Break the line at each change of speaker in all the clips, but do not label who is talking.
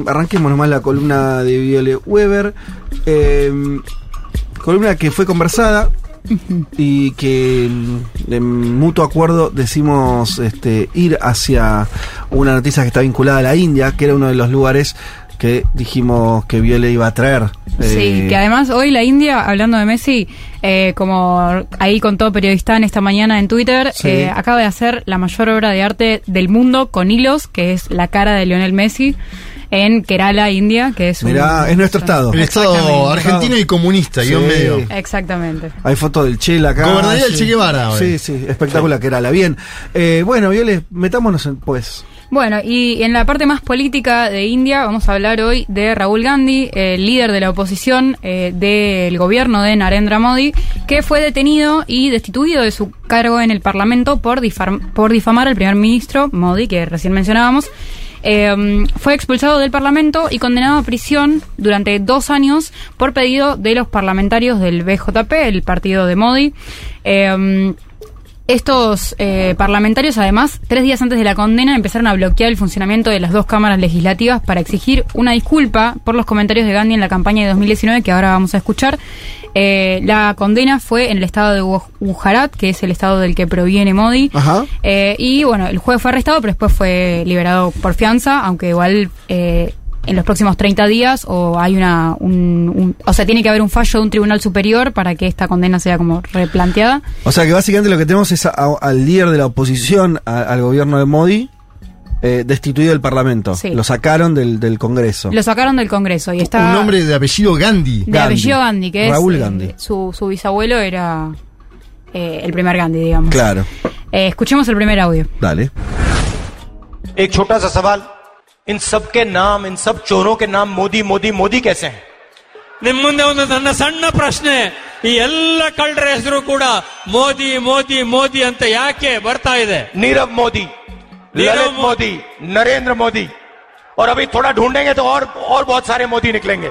arranquemos nomás la columna de Viole Weber. Columna que fue conversada y que en mutuo acuerdo decimos ir hacia una noticia que está vinculada a la India, que era uno de los lugares que dijimos que Viole iba a traer.
Sí, que además hoy la India, hablando de Messi, como ahí contó Periodistán esta mañana en Twitter, sí, acaba de hacer la mayor obra de arte del mundo con hilos, que es la cara de Lionel Messi, en Kerala, India, que es
mirá, es nuestro estado.
El estado argentino y comunista, sí, guión medio.
Exactamente.
Hay fotos del Che acá.
Gobernaría del Che Guevara hoy.
Sí, sí, espectacular, sí. Kerala. Bien. Bueno, Viole, metámonos pues.
Bueno, y en la parte más política de India vamos a hablar hoy de Rahul Gandhi, el líder de la oposición del gobierno de Narendra Modi, que fue detenido y destituido de su cargo en el Parlamento por difamar al primer ministro Modi, que recién mencionábamos. Fue expulsado del Parlamento y condenado a prisión durante 2 años por pedido de los parlamentarios del BJP, el partido de Modi. Estos parlamentarios, además, 3 días antes de la condena, empezaron a bloquear el funcionamiento de las 2 cámaras legislativas para exigir una disculpa por los comentarios de Gandhi en la campaña de 2019, que ahora vamos a escuchar. La condena fue en el estado de Gujarat, que es el estado del que proviene Modi. Ajá. Y bueno, el jueves fue arrestado, pero después fue liberado por fianza, aunque igual en los próximos 30 días o hay o sea, tiene que haber un fallo de un tribunal superior para que esta condena sea como replanteada.
O sea que básicamente lo que tenemos es al líder de la oposición al gobierno de Modi destituido del Parlamento. Sí. Lo sacaron del Congreso.
Lo sacaron del Congreso y está...
Un nombre de apellido Gandhi.
Apellido Gandhi, que
Rahul
es...
Gandhi.
Su bisabuelo era el primer Gandhi, digamos.
Claro.
Escuchemos el primer audio.
Dale.
एक छोटा सा सवाल, इन सब के नाम, इन सब चोरों के नाम मोदी मोदी मोदी कैसे हैं?
ನಿಮ್ಮ ಮುಂದೆ ಒಂದು ನನ್ನ ಸಣ್ಣ ಪ್ರಶ್ನೆ, ಈ ಎಲ್ಲ ಕಳ್ಳರ ಹೆಸರು ಕೂಡ ಮೋದಿ ಮೋದಿ ಮೋದಿ ಅಂತ ಯಾಕೆ ಬರ್ತಾ ಇದೆ?
नीरव मोदी, ललित मोदी, नरेंद्र मोदी, और अभी थोड़ा ढूंढेंगे तो और बहुत सारे मोदी निकलेंगे.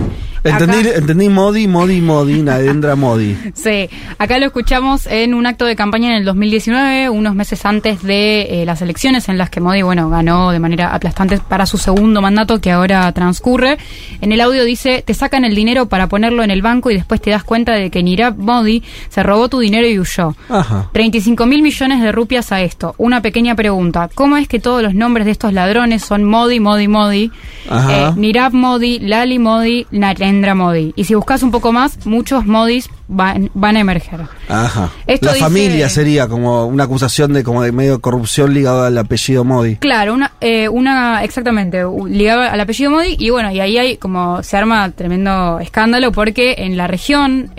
Entendí Modi, Narendra Modi.
Sí, acá lo escuchamos en un acto de campaña en el 2019, unos meses antes de las elecciones en las que Modi, ganó de manera aplastante para su segundo mandato que ahora transcurre. En el audio dice, te sacan el dinero para ponerlo en el banco y después te das cuenta de que Nirav Modi se robó tu dinero y huyó. Ajá. 35.000 millones de rupias a esto. Una pequeña pregunta, ¿cómo es que todos los nombres de estos ladrones son Modi, Modi, Modi? Nirav Modi, Lali Modi, Narendra Modi. Y si buscas un poco más, muchos Modis van a emerger.
Ajá. La familia sería como una acusación de medio de corrupción ligada al apellido Modi.
Claro, exactamente, ligada al apellido Modi. Y bueno, y ahí se arma tremendo escándalo porque en la región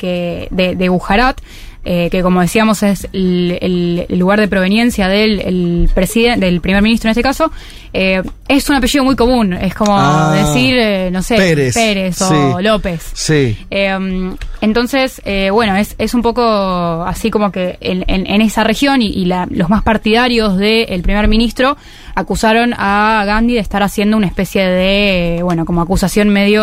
de Gujarat, que como decíamos es el lugar de proveniencia del primer ministro en este caso, es un apellido muy común, es como decir, no sé, Pérez o sí. López.
Sí.
Entonces, es un poco así como que en esa región y los más partidarios del primer ministro acusaron a Gandhi de estar haciendo una especie de, como acusación medio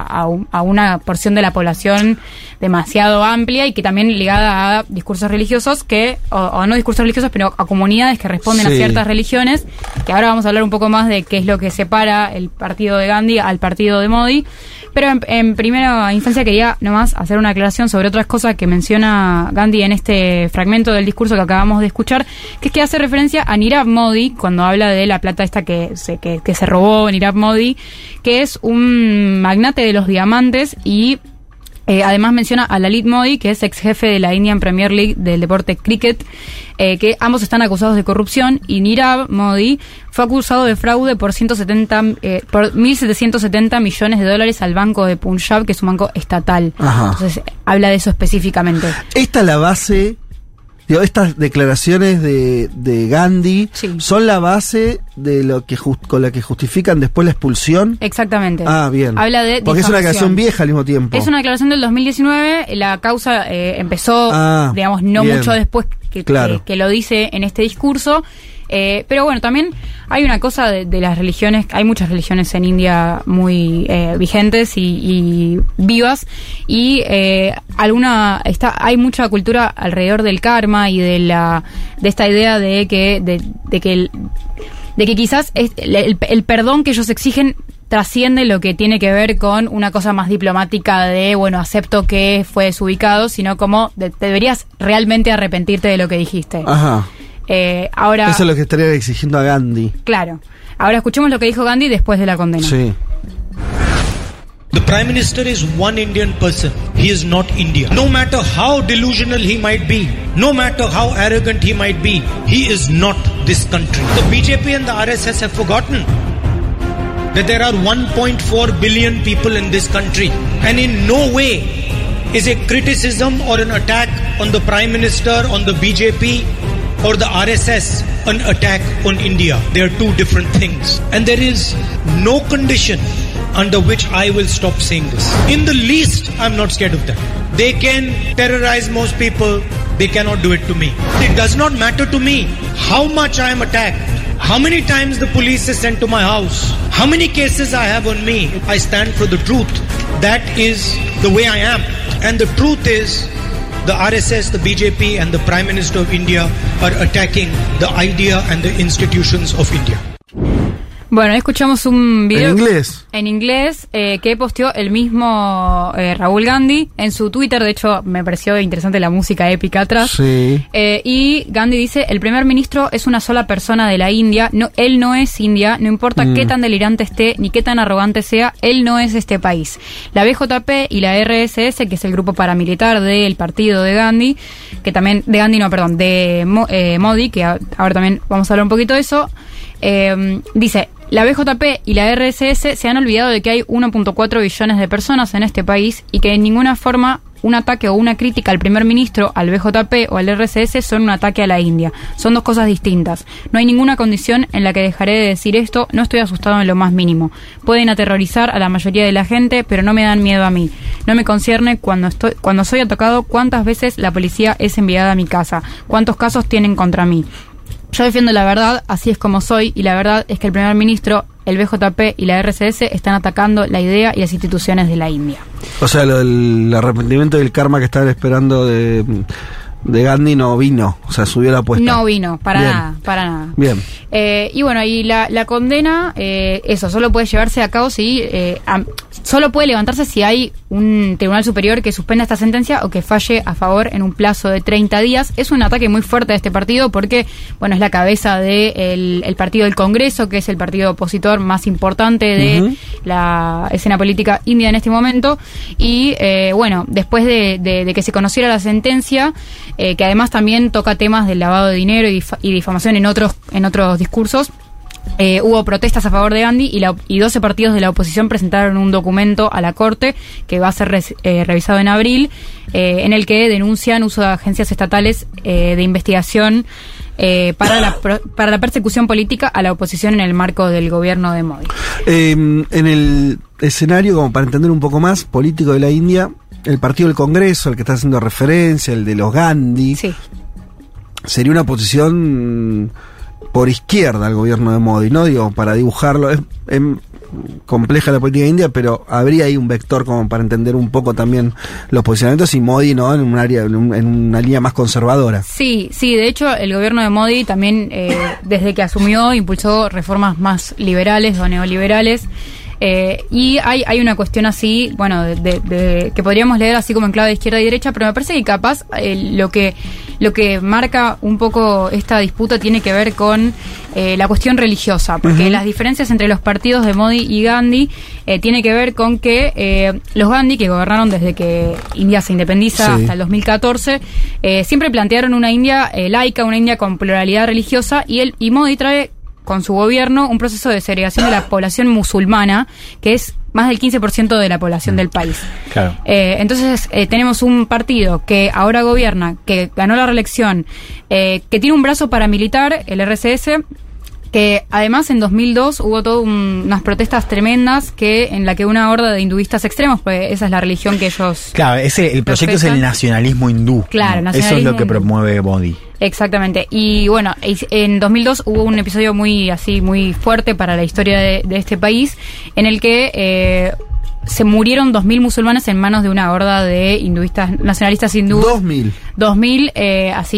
a una porción de la población demasiado amplia y que también ligada a discursos religiosos o no discursos religiosos, pero a comunidades que responden a ciertas religiones, que ahora vamos a hablar un poco más de qué es lo que separa el partido de Gandhi al partido de Modi. Pero en primera instancia quería nomás hacer una aclaración sobre otras cosas que menciona Gandhi en este fragmento del discurso que acabamos de escuchar, que es que hace referencia a Nirav Modi cuando habla de la plata esta que se robó Nirav Modi, que es un magnate de los diamantes y además menciona a Lalit Modi, que es ex jefe de la Indian Premier League del deporte cricket, que ambos están acusados de corrupción, y Nirav Modi fue acusado de fraude por 1.770 millones de dólares al banco de Punjab, que es un banco estatal. Ajá. Entonces habla de eso específicamente.
Esta es la base. Estas declaraciones de Gandhi son la base de lo que con la que justifican después la expulsión.
Exactamente.
Ah, bien.
Habla de
porque difamación. Es una declaración vieja al mismo tiempo.
Es una declaración del 2019. La causa empezó, no bien. Mucho después que lo dice en este discurso. Pero también hay una cosa de las religiones, hay muchas religiones en India muy vigentes y vivas, y hay mucha cultura alrededor del karma y de esta idea de que que quizás el perdón que ellos exigen trasciende lo que tiene que ver con una cosa más diplomática de, bueno, acepto que fue desubicado, sino como deberías realmente arrepentirte de lo que dijiste.
Ajá.
Ahora,
eso es lo que estaría exigiendo a Gandhi.
Claro. Ahora escuchemos lo que dijo Gandhi después de la condena.
Sí.
The Prime Minister is one Indian person. He is not India. No matter how delusional he might be, no matter how arrogant he might be, he is not this country. The BJP and the RSS have forgotten that there are 1.4 billion people in this country, and in no way is a criticism or an attack on the Prime Minister, on the BJP or the RSS an attack on India. They are two different things, and there is no condition under which I will stop saying this. In the least, I'm not scared of that. They can terrorize most people, they cannot do it to me. It does not matter to me how much I am attacked, how many times the police is sent to my house, how many cases I have on me. I stand for the truth. That is the way I am. And the truth is, the RSS, the BJP and the Prime Minister of India are attacking the idea and the institutions of India.
Bueno, escuchamos un video
en
inglés que posteó el mismo Rahul Gandhi en su Twitter. De hecho, me pareció interesante la música épica atrás.
Sí.
Y Gandhi dice: el primer ministro es una sola persona de la India. No, él no es India. No importa qué tan delirante esté ni qué tan arrogante sea, él no es este país. La BJP y la RSS, que es el grupo paramilitar del partido de Gandhi, que también de Modi, que ahora también vamos a hablar un poquito de eso. Dice: la BJP y la RSS se han olvidado de que hay 1.4 billones de personas en este país y que en ninguna forma un ataque o una crítica al primer ministro, al BJP o al RSS son un ataque a la India. Son dos cosas distintas. No hay ninguna condición en la que dejaré de decir esto. No estoy asustado en lo más mínimo. Pueden aterrorizar a la mayoría de la gente, pero no me dan miedo a mí. No me concierne cuando soy atacado cuántas veces la policía es enviada a mi casa, cuántos casos tienen contra mí. Yo defiendo la verdad, así es como soy, y la verdad es que el primer ministro, el BJP y la RSS están atacando la idea y las instituciones de la India.
O sea, el arrepentimiento del karma que estaban esperando de Gandhi no vino, o sea, subió la apuesta.
No vino, para nada.
Bien.
Y bueno, y la condena, eso, solo puede llevarse a cabo si, solo puede levantarse si hay un tribunal superior que suspenda esta sentencia o que falle a favor en un plazo de 30 días. Es un ataque muy fuerte a este partido porque, bueno, es la cabeza del partido del Congreso, que es el partido opositor más importante de la escena política india en este momento. Y, bueno, después de que se conociera la sentencia, que además también toca temas del lavado de dinero y difamación en otros discursos, hubo protestas a favor de Gandhi y 12 partidos de la oposición presentaron un documento a la Corte que va a ser revisado en abril, en el que denuncian uso de agencias estatales de investigación para la persecución política a la oposición en el marco del gobierno de Modi.
En el escenario, como para entender un poco más, político de la India, el partido del Congreso, el que está haciendo referencia, el de los Gandhi,
sí,
sería una posición por izquierda al gobierno de Modi, ¿no? Digo, para dibujarlo, es compleja la política india, pero habría ahí un vector como para entender un poco también los posicionamientos, y Modi, ¿no? En un área, en una línea más conservadora.
Sí, de hecho el gobierno de Modi también, desde que asumió, impulsó reformas más liberales o neoliberales. Y hay una cuestión así, bueno, de que podríamos leer así como en clave de izquierda y derecha, pero me parece que capaz lo que marca un poco esta disputa tiene que ver con la cuestión religiosa, porque las diferencias entre los partidos de Modi y Gandhi tiene que ver con que los Gandhi, que gobernaron desde que India se independiza hasta el 2014, siempre plantearon una India laica, una India con pluralidad religiosa, y Modi trae con su gobierno un proceso de segregación de la población musulmana, que es más del 15% de la población del país.
Claro.
Entonces tenemos un partido que ahora gobierna, que ganó la reelección, que tiene un brazo paramilitar, el RSS, que además en 2002 hubo todas unas protestas tremendas en la que una horda de hinduistas extremos, pues esa es la religión que ellos...
Claro, el proyecto es el nacionalismo hindú.
Claro,
¿no? Eso es lo que promueve Modi.
Exactamente. Y bueno, en 2002 hubo un episodio muy fuerte para la historia de este país, en el que se murieron 2.000 musulmanes en manos de una horda de hinduistas, nacionalistas hindúes.
2.000.
2.000, así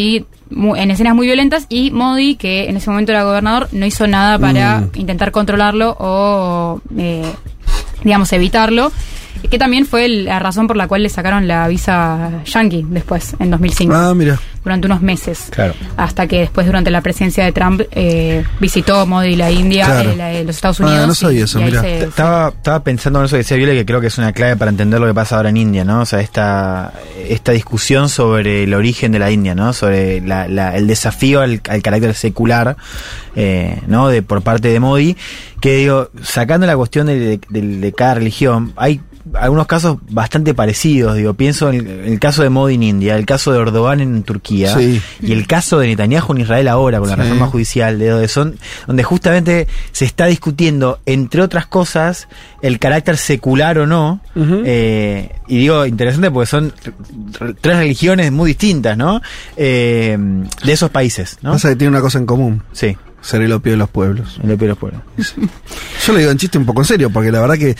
en escenas muy violentas, y Modi, que en ese momento era gobernador, no hizo nada para intentar controlarlo o, digamos, evitarlo, que también fue la razón por la cual le sacaron la visa yankee después, en 2005.
Ah, mira.
Durante unos meses.
Claro.
Hasta que después, durante la presidencia de Trump, visitó Modi la India,
Claro.
Los Estados Unidos.
No sabía eso,
y ahí
mirá.
Estaba pensando en eso que decía Viole, que creo que es una clave para entender lo que pasa ahora en India, ¿no? O sea, esta discusión sobre el origen de la India, ¿no? Sobre el desafío al carácter secular, ¿no? Por parte de Modi, que digo, sacando la cuestión de cada religión, hay algunos casos bastante parecidos, digo, pienso en el caso de Modi en India, el caso de Erdogan en Turquía,
sí,
y el caso de Netanyahu en Israel ahora con la reforma judicial, donde justamente se está discutiendo, entre otras cosas, el carácter secular o no, y digo, interesante porque son tres religiones muy distintas, ¿no? De esos países, ¿no?
Pasa que tiene una cosa en común.
Sí.
Ser el opio de los pueblos.
El opio de los pueblos.
Yo lo digo en chiste un poco en serio, porque la verdad que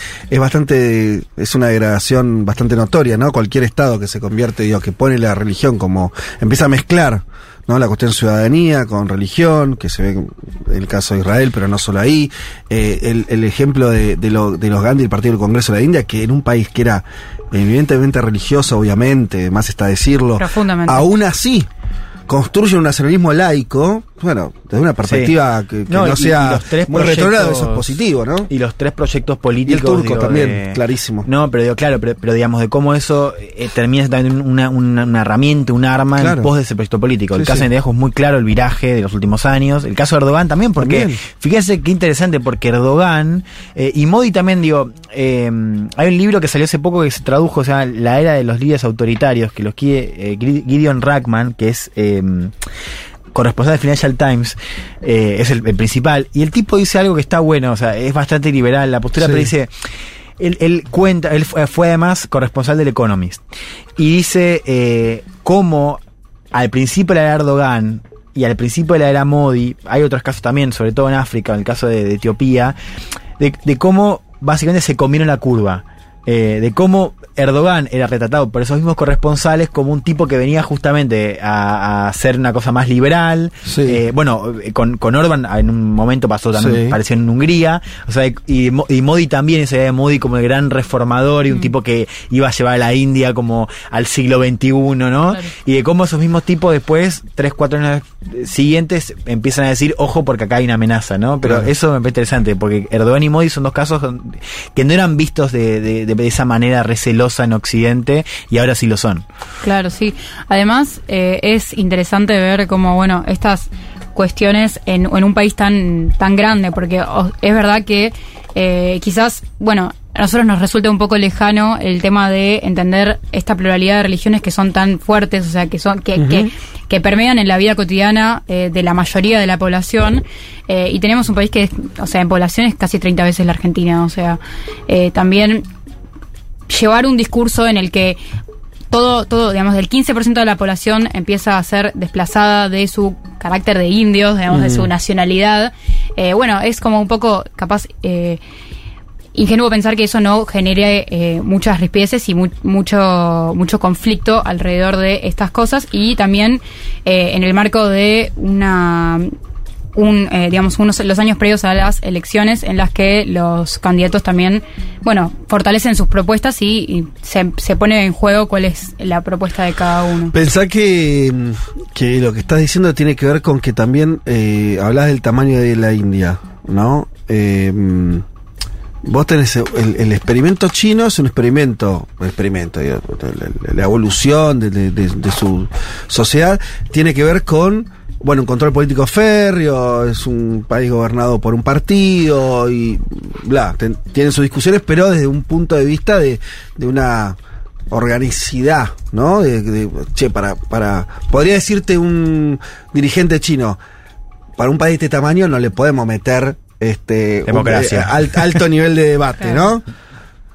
es una degradación bastante notoria, ¿no? Cualquier estado que se convierte, que pone la religión como, empieza a mezclar, ¿no? La cuestión de ciudadanía con religión, que se ve en el caso de Israel, pero no solo ahí. El ejemplo de los Gandhi, el Partido del Congreso de la India, que en un país que era evidentemente religioso, obviamente, más está decirlo,
profundamente,
aún así construye un nacionalismo laico, bueno, desde una perspectiva que no sea muy retrógrado, eso es positivo, ¿no?
Y los tres proyectos políticos.
Y el turco también, clarísimo.
No, pero pero digamos, de cómo eso termina también una herramienta, un arma en pos de ese proyecto político. El caso de Netanyahu es muy claro, el viraje de los últimos años. El caso de Erdogan también, porque fíjense qué interesante, porque Erdogan y Modi también, hay un libro que salió hace poco que se tradujo, o sea, La era de los líderes autoritarios, que lo escribe Gideon Rachman, que es corresponsal de Financial Times, es el principal, y el tipo dice algo que está bueno, o sea, es bastante liberal la postura, pero dice, él cuenta, él fue además corresponsal del Economist, y dice cómo al principio de la era Erdogan y al principio de la era Modi, hay otros casos también, sobre todo en África, en el caso de Etiopía, de cómo básicamente se comieron la curva. De cómo Erdogan era retratado por esos mismos corresponsales como un tipo que venía justamente a hacer una cosa más liberal. Con Orbán en un momento pasó también, pareció en Hungría, o sea, y Modi también, esa idea de Modi como el gran reformador y un tipo que iba a llevar a la India como al siglo XXI, ¿no? Claro. Y de cómo esos mismos tipos después, 3-4 años siguientes, empiezan a decir, ojo porque acá hay una amenaza, ¿no? Pero eso me parece interesante, porque Erdogan y Modi son dos casos que no eran vistos de esa manera recelosa en Occidente, y ahora sí lo son.
Claro, sí. Además, es interesante ver cómo, estas cuestiones en un país tan grande, porque es verdad que quizás, a nosotros nos resulta un poco lejano el tema de entender esta pluralidad de religiones que son tan fuertes, o sea, que permean en la vida cotidiana de la mayoría de la población, y tenemos un país que, en población es casi 30 veces la Argentina, o sea, también llevar un discurso en el que todo, digamos, del 15% de la población empieza a ser desplazada de su carácter de indios, digamos, de su nacionalidad, es como un poco, capaz, ingenuo pensar que eso no genere muchas rispideces y mucho conflicto alrededor de estas cosas, y también en el marco de los años previos a las elecciones, en las que los candidatos también, fortalecen sus propuestas y se pone en juego cuál es la propuesta de cada uno.
Pensá que lo que estás diciendo tiene que ver con que también hablas del tamaño de la India, ¿no? Vos tenés el experimento chino, es un experimento, la evolución de su sociedad tiene que ver con un control político férreo, es un país gobernado por un partido y tienen sus discusiones, pero desde un punto de vista de una organicidad, ¿no? Podría decirte un dirigente chino, para un país de este tamaño no le podemos meter
democracia,
alto nivel de debate, ¿no?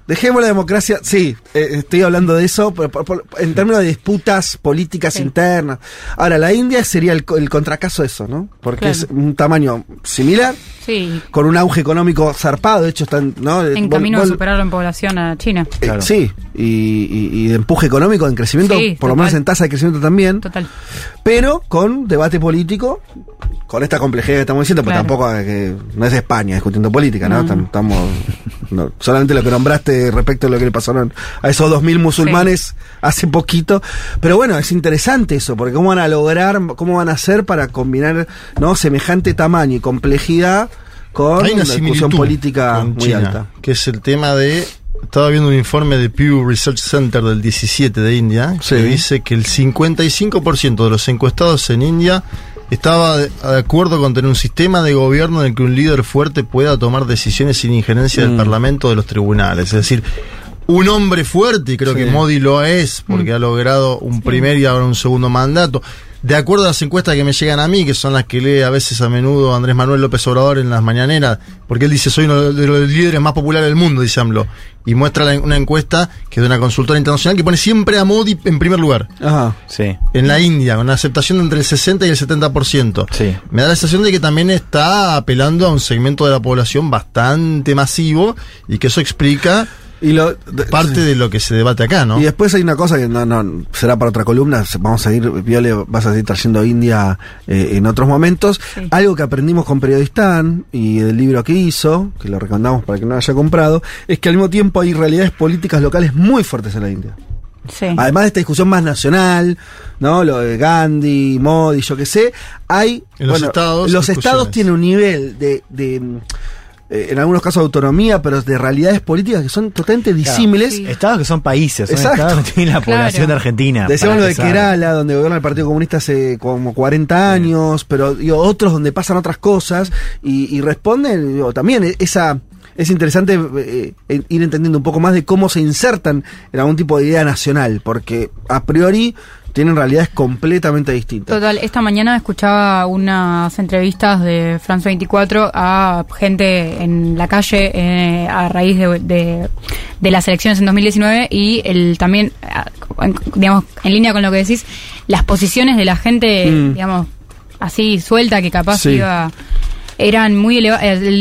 Dejemos la democracia, sí, estoy hablando de eso, pero en términos de disputas políticas internas. Ahora, la India sería el contracaso de eso, ¿no? Porque es un tamaño similar, con un auge económico zarpado, de hecho están, ¿no?
En camino a superar en población a China.
Sí, y de empuje económico, de crecimiento, por lo menos en tasa de crecimiento también.
Total.
Pero con debate político, con esta complejidad que estamos diciendo, pues tampoco no es España discutiendo política, ¿no? Estamos solamente lo que nombraste respecto a lo que le pasaron a esos 2.000 musulmanes hace poquito. Pero bueno, es interesante eso, porque cómo van a lograr, cómo van a hacer para combinar, ¿no? Semejante tamaño y complejidad con una discusión política muy
China,
alta.
Que es el tema de... Estaba viendo un informe de Pew Research Center del 17 de India, que dice que el 55% de los encuestados en India estaba de acuerdo con tener un sistema de gobierno en el que un líder fuerte pueda tomar decisiones sin injerencia del Parlamento o de los tribunales. Es decir, un hombre fuerte, y creo que Modi lo es, porque ha logrado un primer y ahora un segundo mandato. De acuerdo a las encuestas que me llegan a mí, que son las que lee a menudo Andrés Manuel López Obrador en las mañaneras, porque él dice, soy uno de los líderes más populares del mundo, dice AMLO, y muestra una encuesta que es de una consultora internacional que pone siempre a Modi en primer lugar.
Ajá, sí.
En la India, con una aceptación de entre el 60 y el 70%. Sí. Me da la sensación de que también está apelando a un segmento de la población bastante masivo, y que eso explica... parte de lo que se debate acá, ¿no?
Y después hay una cosa que no será para otra columna. Vamos a ir, Viole, vas a seguir trayendo India en otros momentos. Algo que aprendimos con Periodistán y del libro que hizo, que lo recomendamos para que no haya comprado, es que al mismo tiempo hay realidades políticas locales muy fuertes en la India. Además de esta discusión más nacional, ¿no? Lo de Gandhi, Modi, yo qué sé, hay...
En los
estados tienen un nivel de en algunos casos de autonomía, pero de realidades políticas que son totalmente disímiles.
Estados que son países, son estados que tienen la población de Argentina.
Decíamos lo de Kerala, donde gobierna el Partido Comunista hace como 40 años, pero otros donde pasan otras cosas, y responden, también es interesante ir entendiendo un poco más de cómo se insertan en algún tipo de idea nacional, porque a priori tienen realidades completamente distintas.
Total, esta mañana escuchaba unas entrevistas de France 24 a gente en la calle a raíz de las elecciones en 2019 y también, digamos, en línea con lo que decís, las posiciones de la gente, digamos, así suelta, que capaz eran muy elevadas.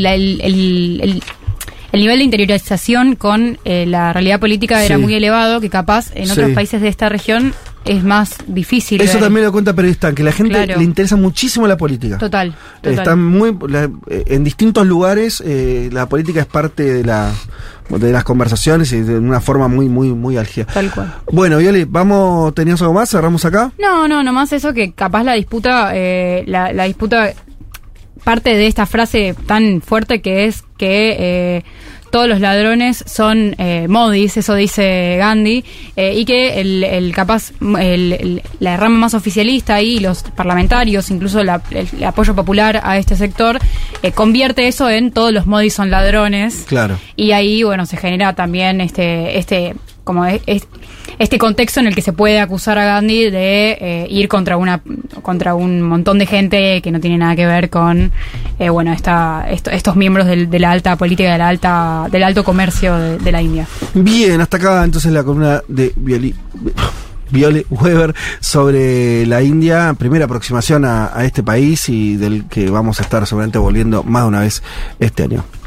El nivel de interiorización con la realidad política era muy elevado, que capaz en otros países de esta región es más difícil.
Eso también lo cuenta Periodistán, que la gente le interesa muchísimo la política.
Total.
Están en distintos lugares, la política es parte de las conversaciones y de una forma muy, muy, muy álgida.
Tal cual.
Bueno, Violi, ¿tenías algo más? ¿Cerramos acá?
No, nomás eso, que capaz la disputa, la disputa parte de esta frase tan fuerte que es que todos los ladrones son modis, eso dice Gandhi, y que la rama más oficialista y los parlamentarios, incluso el apoyo popular a este sector, convierte eso en todos los modis son ladrones.
Claro.
Y ahí, bueno, se genera también este contexto en el que se puede acusar a Gandhi de ir contra un montón de gente que no tiene nada que ver con estos miembros de la alta política, del alto comercio de la India.
Bien, hasta acá entonces la columna de Viole Weber sobre la India, primera aproximación a este país y del que vamos a estar seguramente volviendo más de una vez este año.